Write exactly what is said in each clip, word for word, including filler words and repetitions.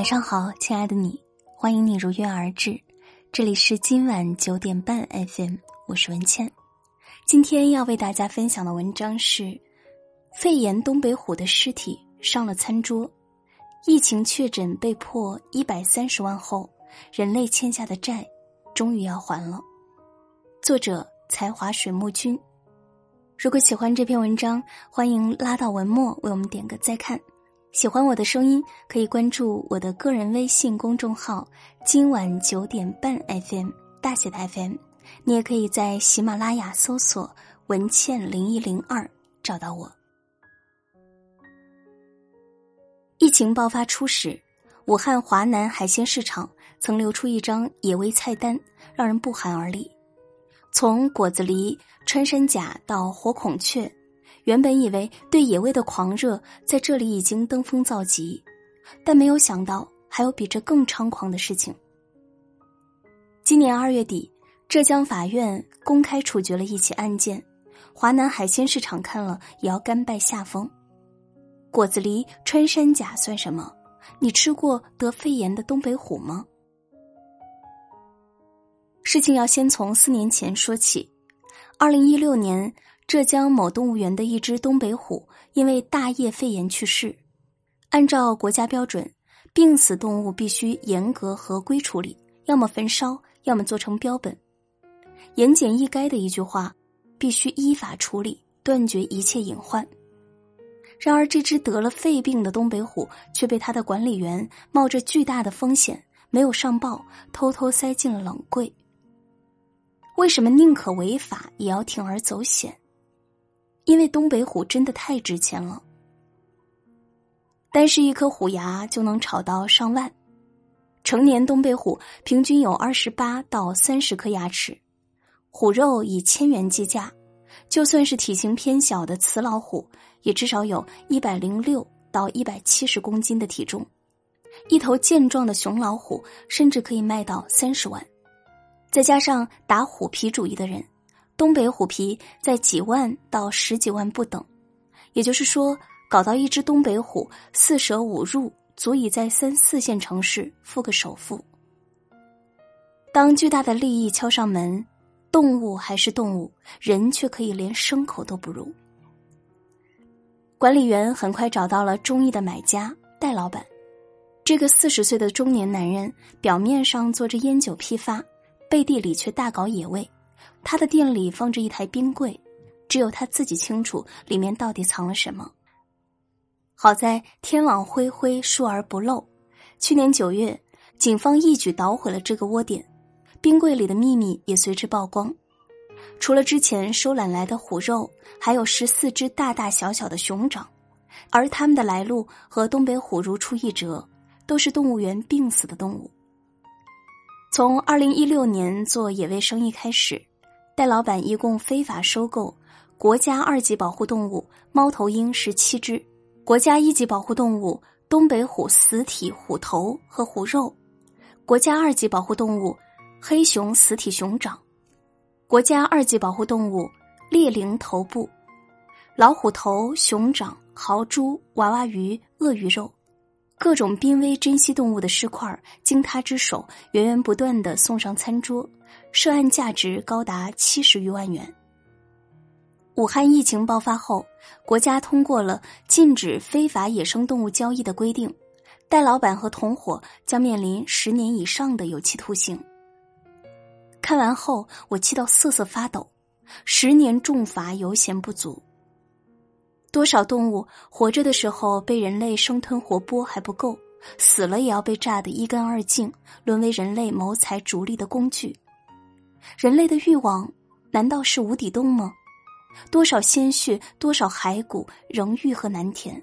晚上好，亲爱的你，欢迎你如约而至，这里是今晚九点半 F M， 我是文倩。今天要为大家分享的文章是肺炎东北虎的尸体上了餐桌，疫情确诊被迫一百三十万后，人类欠下的债终于要还了。作者才华水木君。如果喜欢这篇文章，欢迎拉到文末为我们点个再看。喜欢我的声音，可以关注我的个人微信公众号今晚九点半 F M 大写的 F M， 你也可以在喜马拉雅搜索文倩零一零二找到我。疫情爆发初时，武汉华南海鲜市场曾流出一张野味菜单，让人不寒而栗。从果子狸、穿山甲到活孔雀，原本以为对野味的狂热在这里已经登峰造极，但没有想到还有比这更猖狂的事情。今年二月底，浙江法院公开处决了一起案件，华南海鲜市场看了也要甘拜下风。果子狸、穿山甲算什么？你吃过得肺炎的东北虎吗？事情要先从四年前说起。二零一六年，浙江某动物园的一只东北虎因为大叶肺炎去世。按照国家标准，病死动物必须严格合规处理，要么焚烧，要么做成标本。言简意赅的一句话，必须依法处理，断绝一切隐患。然而这只得了肺病的东北虎却被他的管理员冒着巨大的风险，没有上报，偷偷塞进了冷柜。为什么宁可违法也要铤而走险？因为东北虎真的太值钱了，单是一颗虎牙就能炒到上万。成年东北虎平均有二十八到三十颗牙齿，虎肉以千元计价，就算是体型偏小的雌老虎，也至少有一百零六到一百七十公斤的体重。一头健壮的雄老虎甚至可以卖到三十万。再加上打虎皮主意的人，东北虎皮在几万到十几万不等。也就是说，搞到一只东北虎四舍五入足以在三四线城市付个首付。当巨大的利益敲上门，动物还是动物，人却可以连牲口都不如。管理员很快找到了中意的买家戴老板。这个四十岁的中年男人表面上做着烟酒批发，背地里却大搞野味。他的店里放着一台冰柜，只有他自己清楚里面到底藏了什么。好在天网恢恢，疏而不漏。去年九月，警方一举捣毁了这个窝点，冰柜里的秘密也随之曝光。除了之前收揽来的虎肉，还有十四只大大小小的熊掌，而它们的来路和东北虎如出一辙，都是动物园病死的动物。从二零一六年做野味生意开始，戴老板一共非法收购国家二级保护动物猫头鹰十七只，国家一级保护动物东北虎死体虎头和虎肉，国家二级保护动物黑熊死体熊掌，国家二级保护动物猎羚头部，老虎头、熊掌、豪猪、娃娃鱼、鳄鱼肉，各种濒危珍稀动物的尸块经他之手源源不断地送上餐桌，涉案价值高达七十余万元。武汉疫情爆发后，国家通过了禁止非法野生动物交易的规定，戴老板和同伙将面临十年以上的有期徒刑。看完后，我气到瑟瑟发抖，十年重罚犹嫌不足。多少动物活着的时候被人类生吞活剥还不够，死了也要被炸得一干二净，沦为人类谋财逐利的工具。人类的欲望难道是无底洞吗？多少鲜血，多少骸骨仍欲壑难填。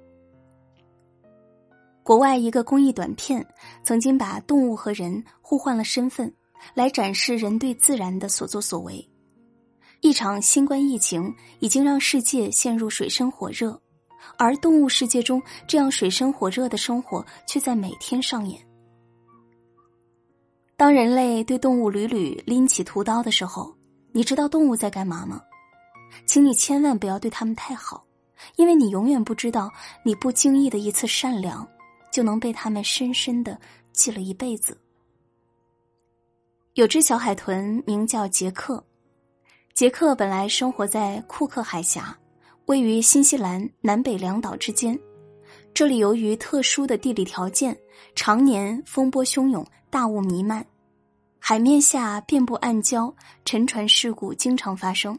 国外一个公益短片曾经把动物和人互换了身份，来展示人对自然的所作所为。一场新冠疫情已经让世界陷入水深火热，而动物世界中这样水深火热的生活却在每天上演。当人类对动物屡屡拎起屠刀的时候，你知道动物在干嘛吗？请你千万不要对它们太好，因为你永远不知道你不经意的一次善良就能被他们深深地记了一辈子。有只小海豚名叫杰克，杰克本来生活在库克海峡，位于新西兰南北两岛之间。这里由于特殊的地理条件，常年风波汹涌，大雾弥漫，海面下遍布暗礁，沉船事故经常发生。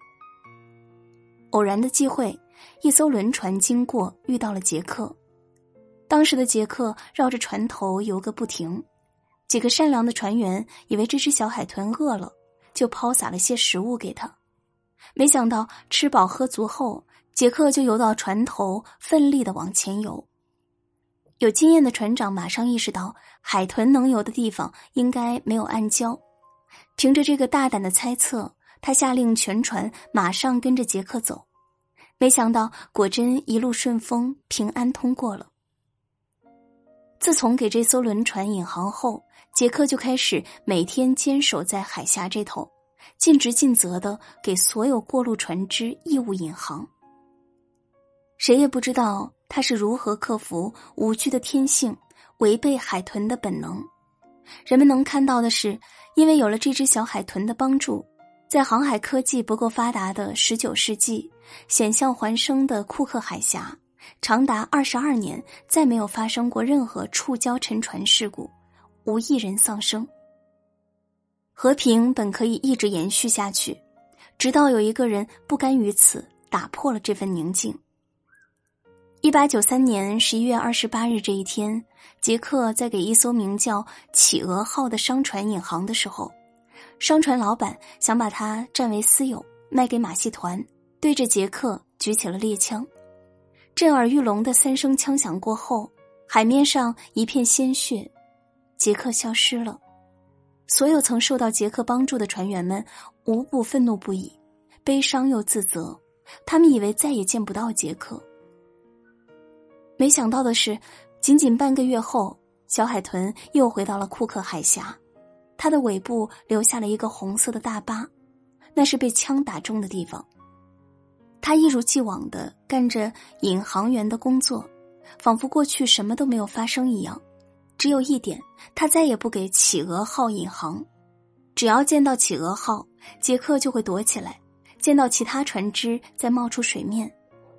偶然的机会，一艘轮船经过，遇到了杰克。当时的杰克绕着船头游个不停，几个善良的船员以为这只小海豚饿了，就抛洒了些食物给他。没想到吃饱喝足后，杰克就游到船头，奋力地往前游。有经验的船长马上意识到海豚能游的地方应该没有暗礁，凭着这个大胆的猜测，他下令全船马上跟着杰克走。没想到果真一路顺风，平安通过了。自从给这艘轮船引航后，杰克就开始每天坚守在海峡这头，尽职尽责地给所有过路船只义务引航。谁也不知道他是如何克服无惧的天性，违背海豚的本能。人们能看到的是，因为有了这只小海豚的帮助，在航海科技不够发达的十九世纪，险象环生的库克海峡长达二十二年再没有发生过任何触礁沉船事故，无一人丧生。和平本可以一直延续下去，直到有一个人不甘于此，打破了这份宁静。一八九三年十一月二十八日这一天，杰克在给一艘名叫企鹅号的商船引航的时候，商船老板想把它占为私有，卖给马戏团，对着杰克举起了猎枪。震耳欲聋的三声枪响过后，海面上一片鲜血，杰克消失了。所有曾受到杰克帮助的船员们无不愤怒不已，悲伤又自责，他们以为再也见不到杰克。没想到的是，仅仅半个月后，小海豚又回到了库克海峡，它的尾部留下了一个红色的大疤，那是被枪打中的地方。他一如既往地干着引航员的工作，仿佛过去什么都没有发生一样。只有一点，他再也不给企鹅号引航。只要见到企鹅号，杰克就会躲起来，见到其他船只再冒出水面。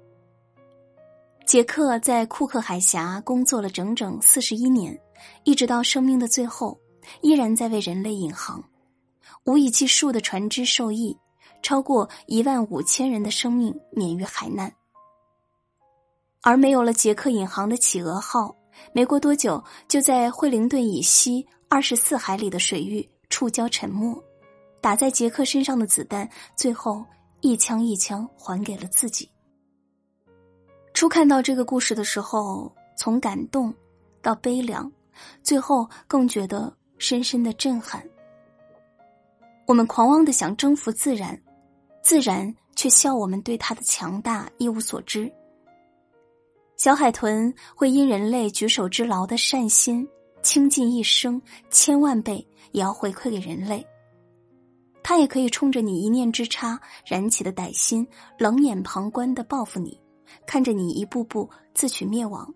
杰克在库克海峡工作了整整四十一年，一直到生命的最后，依然在为人类引航。无以计数的船只受益，超过一万五千人的生命免于海难。而没有了杰克引航的企鹅号，没过多久就在惠灵顿以西二十四海里的水域触礁沉没，打在杰克身上的子弹最后一枪一枪还给了自己。初看到这个故事的时候，从感动到悲凉，最后更觉得深深的震撼。我们狂妄地想征服自然，自然却笑我们对它的强大一无所知。小海豚会因人类举手之劳的善心倾尽一生，千万倍也要回馈给人类。它也可以冲着你一念之差燃起的歹心，冷眼旁观地报复你，看着你一步步自取灭亡。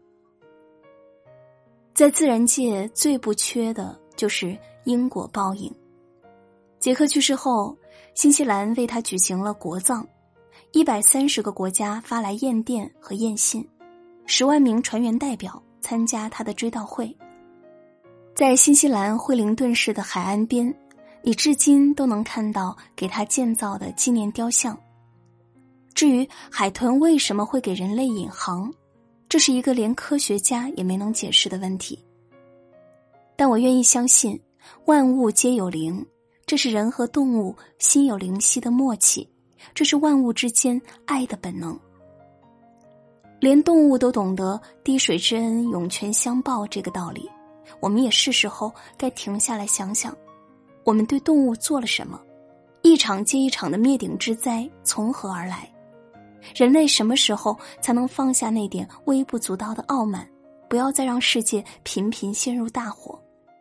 在自然界最不缺的就是因果报应。杰克去世后，新西兰为他举行了国葬，一百三十个国家发来唁电和唁信，十万名船员代表参加他的追悼会。在新西兰惠灵顿市的海岸边，你至今都能看到给他建造的纪念雕像。至于海豚为什么会给人类引航，这是一个连科学家也没能解释的问题。但我愿意相信，万物皆有灵，这是人和动物心有灵犀的默契，这是万物之间爱的本能。连动物都懂得滴水之恩涌泉相报这个道理，我们也是时候该停下来想想，我们对动物做了什么？一场接一场的灭顶之灾从何而来？人类什么时候才能放下那点微不足道的傲慢，不要再让世界频频陷入大火？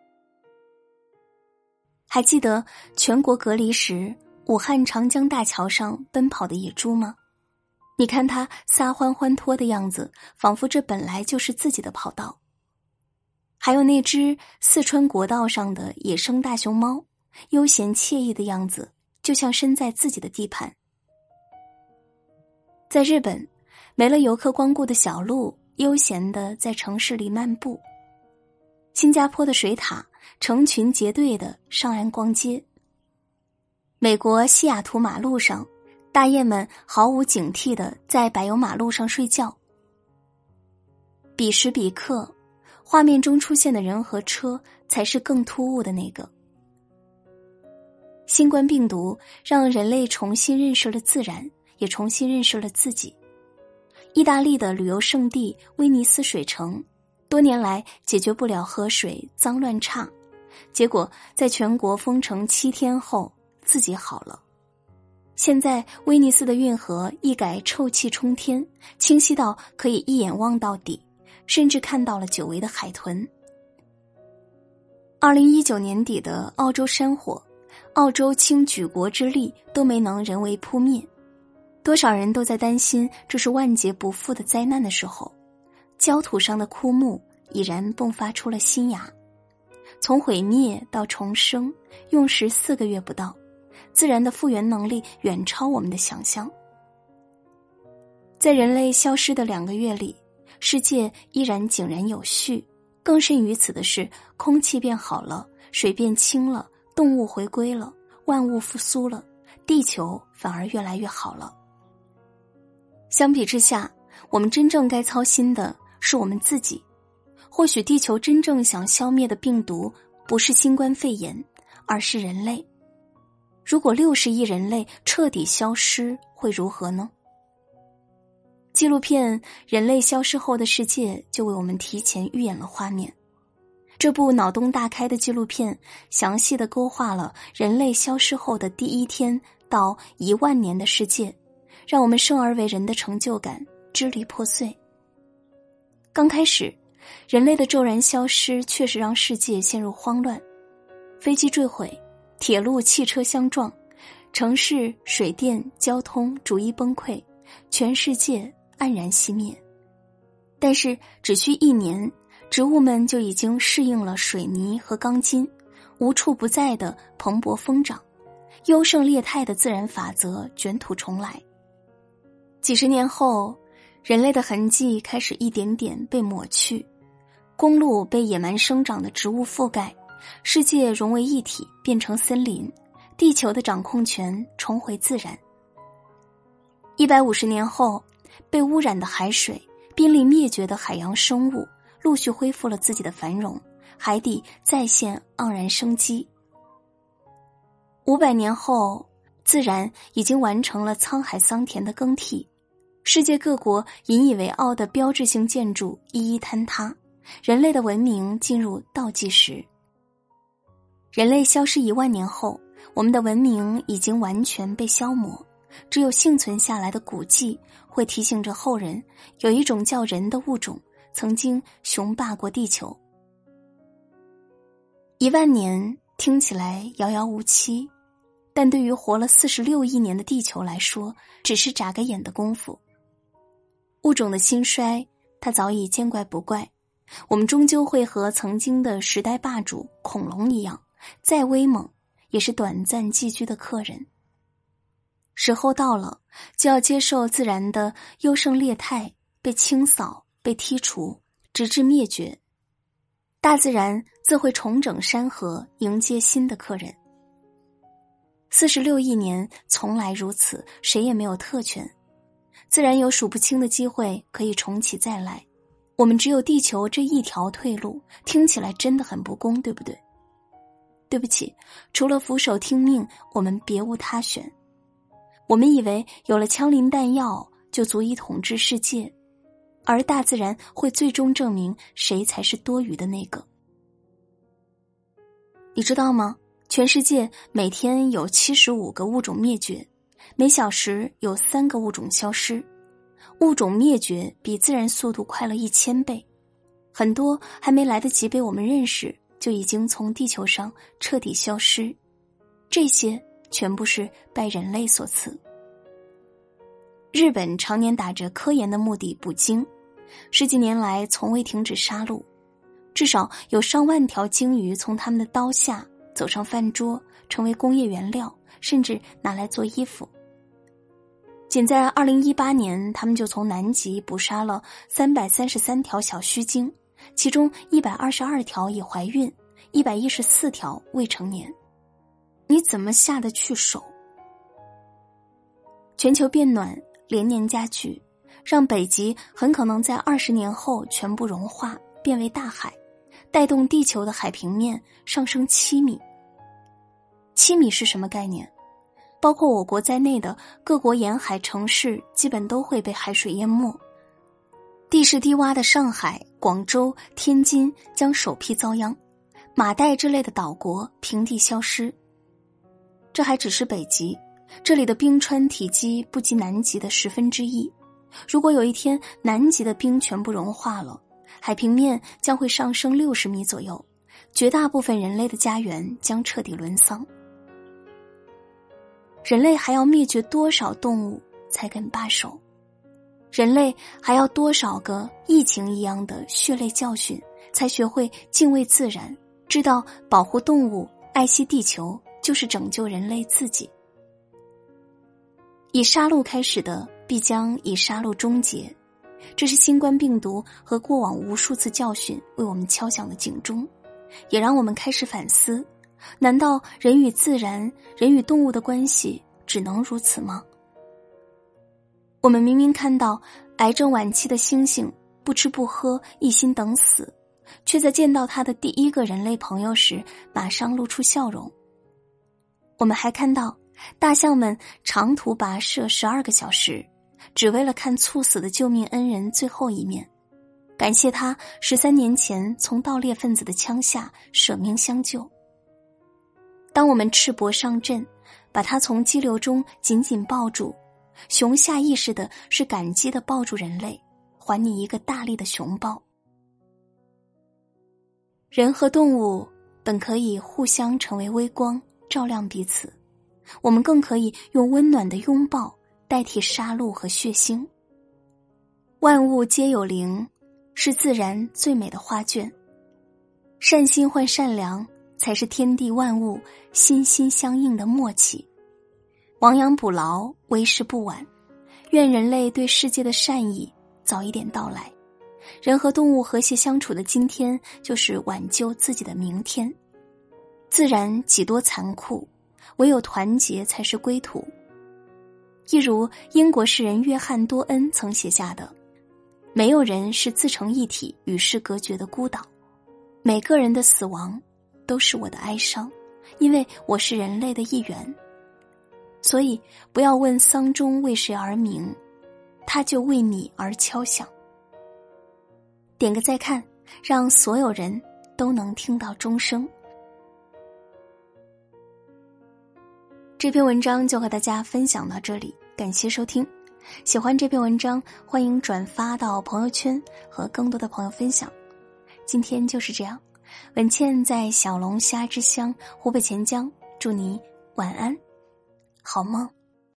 还记得全国隔离时武汉长江大桥上奔跑的野猪吗？你看它撒欢欢脱的样子，仿佛这本来就是自己的跑道， 还有那只四川国道上的野生大熊猫，悠闲惬意的样子，就像身在自己的地盘。在日本，没了游客光顾的小路，悠闲地在城市里漫步。新加坡的水獭成群结队地上岸逛街。美国西雅图马路上，大雁们毫无警惕地在柏油马路上睡觉。彼时彼刻，画面中出现的人和车才是更突兀的那个。新冠病毒让人类重新认识了自然，也重新认识了自己。意大利的旅游胜地威尼斯水城，多年来解决不了河水脏乱差，结果在全国封城七天后自己好了。现在威尼斯的运河一改臭气冲天，清晰到可以一眼望到底，甚至看到了久违的海豚。二零一九年底的澳洲山火，澳洲倾举国之力都没能人为扑灭，多少人都在担心这是万劫不复的灾难的时候，焦土上的枯木已然迸发出了新芽。从毁灭到重生，用时四个月不到，自然的复原能力远超我们的想象。在人类消失的两个月里，世界依然井然有序，更甚于此的是，空气变好了，水变清了，动物回归了，万物复苏了，地球反而越来越好了。相比之下，我们真正该操心的是我们自己。或许地球真正想消灭的病毒不是新冠肺炎，而是人类。如果六十亿人类彻底消失，会如何呢？纪录片《人类消失后的世界》就为我们提前预演了画面。这部脑洞大开的纪录片详细地勾画了人类消失后的第一天到一万年的世界，让我们生而为人的成就感支离破碎。刚开始，人类的骤然消失确实让世界陷入慌乱，飞机坠毁，铁路汽车相撞，城市水电交通逐一崩溃，全世界黯然熄灭。但是只需一年，植物们就已经适应了水泥和钢筋，无处不在的蓬勃疯长，优胜劣汰的自然法则卷土重来。几十年后，人类的痕迹开始一点点被抹去，公路被野蛮生长的植物覆盖，世界融为一体，变成森林，地球的掌控权重回自然。一百五十年后，被污染的海水、濒临灭绝的海洋生物陆续恢复了自己的繁荣，海底再现盎然生机。五百年后，自然已经完成了沧海桑田的更替，世界各国引以为傲的标志性建筑一一坍塌，人类的文明进入倒计时。人类消失一万年后，我们的文明已经完全被消磨，只有幸存下来的古迹会提醒着后人，有一种叫人的物种曾经雄霸过地球。一万年听起来遥遥无期，但对于活了四十六亿年的地球来说，只是眨个眼的功夫。物种的兴衰，它早已见怪不怪，我们终究会和曾经的时代霸主恐龙一样，再威猛也是短暂寄居的客人。时候到了，就要接受自然的优胜劣汰，被清扫，被剔除，直至灭绝。大自然自会重整山河，迎接新的客人。四十六亿年从来如此，谁也没有特权，自然有数不清的机会可以重启再来，我们只有地球这一条退路，听起来真的很不公，对不对？对不起，除了俯首听命，我们别无他选。我们以为有了枪林弹药就足以统治世界，而大自然会最终证明谁才是多余的那个。你知道吗？全世界每天有七十五个物种灭绝，每小时有三个物种消失。物种灭绝比自然速度快了一千倍，很多还没来得及被我们认识，就已经从地球上彻底消失。这些全部是拜人类所赐。日本常年打着科研的目的捕鲸，十几年来从未停止杀戮。 至少有上万条鲸鱼从他们的刀下走上饭桌，成为工业原料，甚至拿来做衣服。仅在二零一八年，他们就从南极捕杀了三百三十三条小须鲸，其中一百二十二条已怀孕，一百一十四条未成年。你怎么下得去手？全球变暖连年加剧，让北极很可能在二十年后全部融化，变为大海，带动地球的海平面上升七米。七米是什么概念？包括我国在内的各国沿海城市基本都会被海水淹没。地势低洼的上海、广州、天津将首批遭殃，马代之类的岛国平地消失。这还只是北极，这里的冰川体积不及南极的十分之一。如果有一天南极的冰全部融化了，海平面将会上升六十米左右，绝大部分人类的家园将彻底沦丧。人类还要灭绝多少动物才肯罢手？人类还要多少个疫情一样的血泪教训，才学会敬畏自然，知道保护动物、爱惜地球就是拯救人类自己。以杀戮开始的，必将以杀戮终结，这是新冠病毒和过往无数次教训为我们敲响的警钟，也让我们开始反思，难道人与自然、人与动物的关系只能如此吗？我们明明看到癌症晚期的猩猩不吃不喝，一心等死，却在见到他的第一个人类朋友时马上露出笑容。我们还看到大象们长途跋涉十二个小时，只为了看猝死的救命恩人最后一面，感谢他十三年前从盗猎分子的枪下舍命相救。当我们赤膊上阵，把他从激流中紧紧抱住，熊下意识的是感激地抱住人类，还你一个大力的熊抱。人和动物本可以互相成为微光，照亮彼此，我们更可以用温暖的拥抱代替杀戮和血腥。万物皆有灵，是自然最美的画卷。善心换善良，才是天地万物心心相印的默契。亡羊补牢，为时不晚。愿人类对世界的善意早一点到来。人和动物和谐相处的今天，就是挽救自己的明天。自然几多残酷，唯有团结才是归途。一如英国诗人约翰多恩曾写下的，没有人是自成一体与世隔绝的孤岛，每个人的死亡都是我的哀伤，因为我是人类的一员。所以不要问丧钟为谁而鸣，它就为你而敲响。点个再看，让所有人都能听到钟声。这篇文章就和大家分享到这里，感谢收听。喜欢这篇文章，欢迎转发到朋友圈和更多的朋友分享。今天就是这样，文倩在小龙虾之乡湖北潜江，祝你晚安，好梦。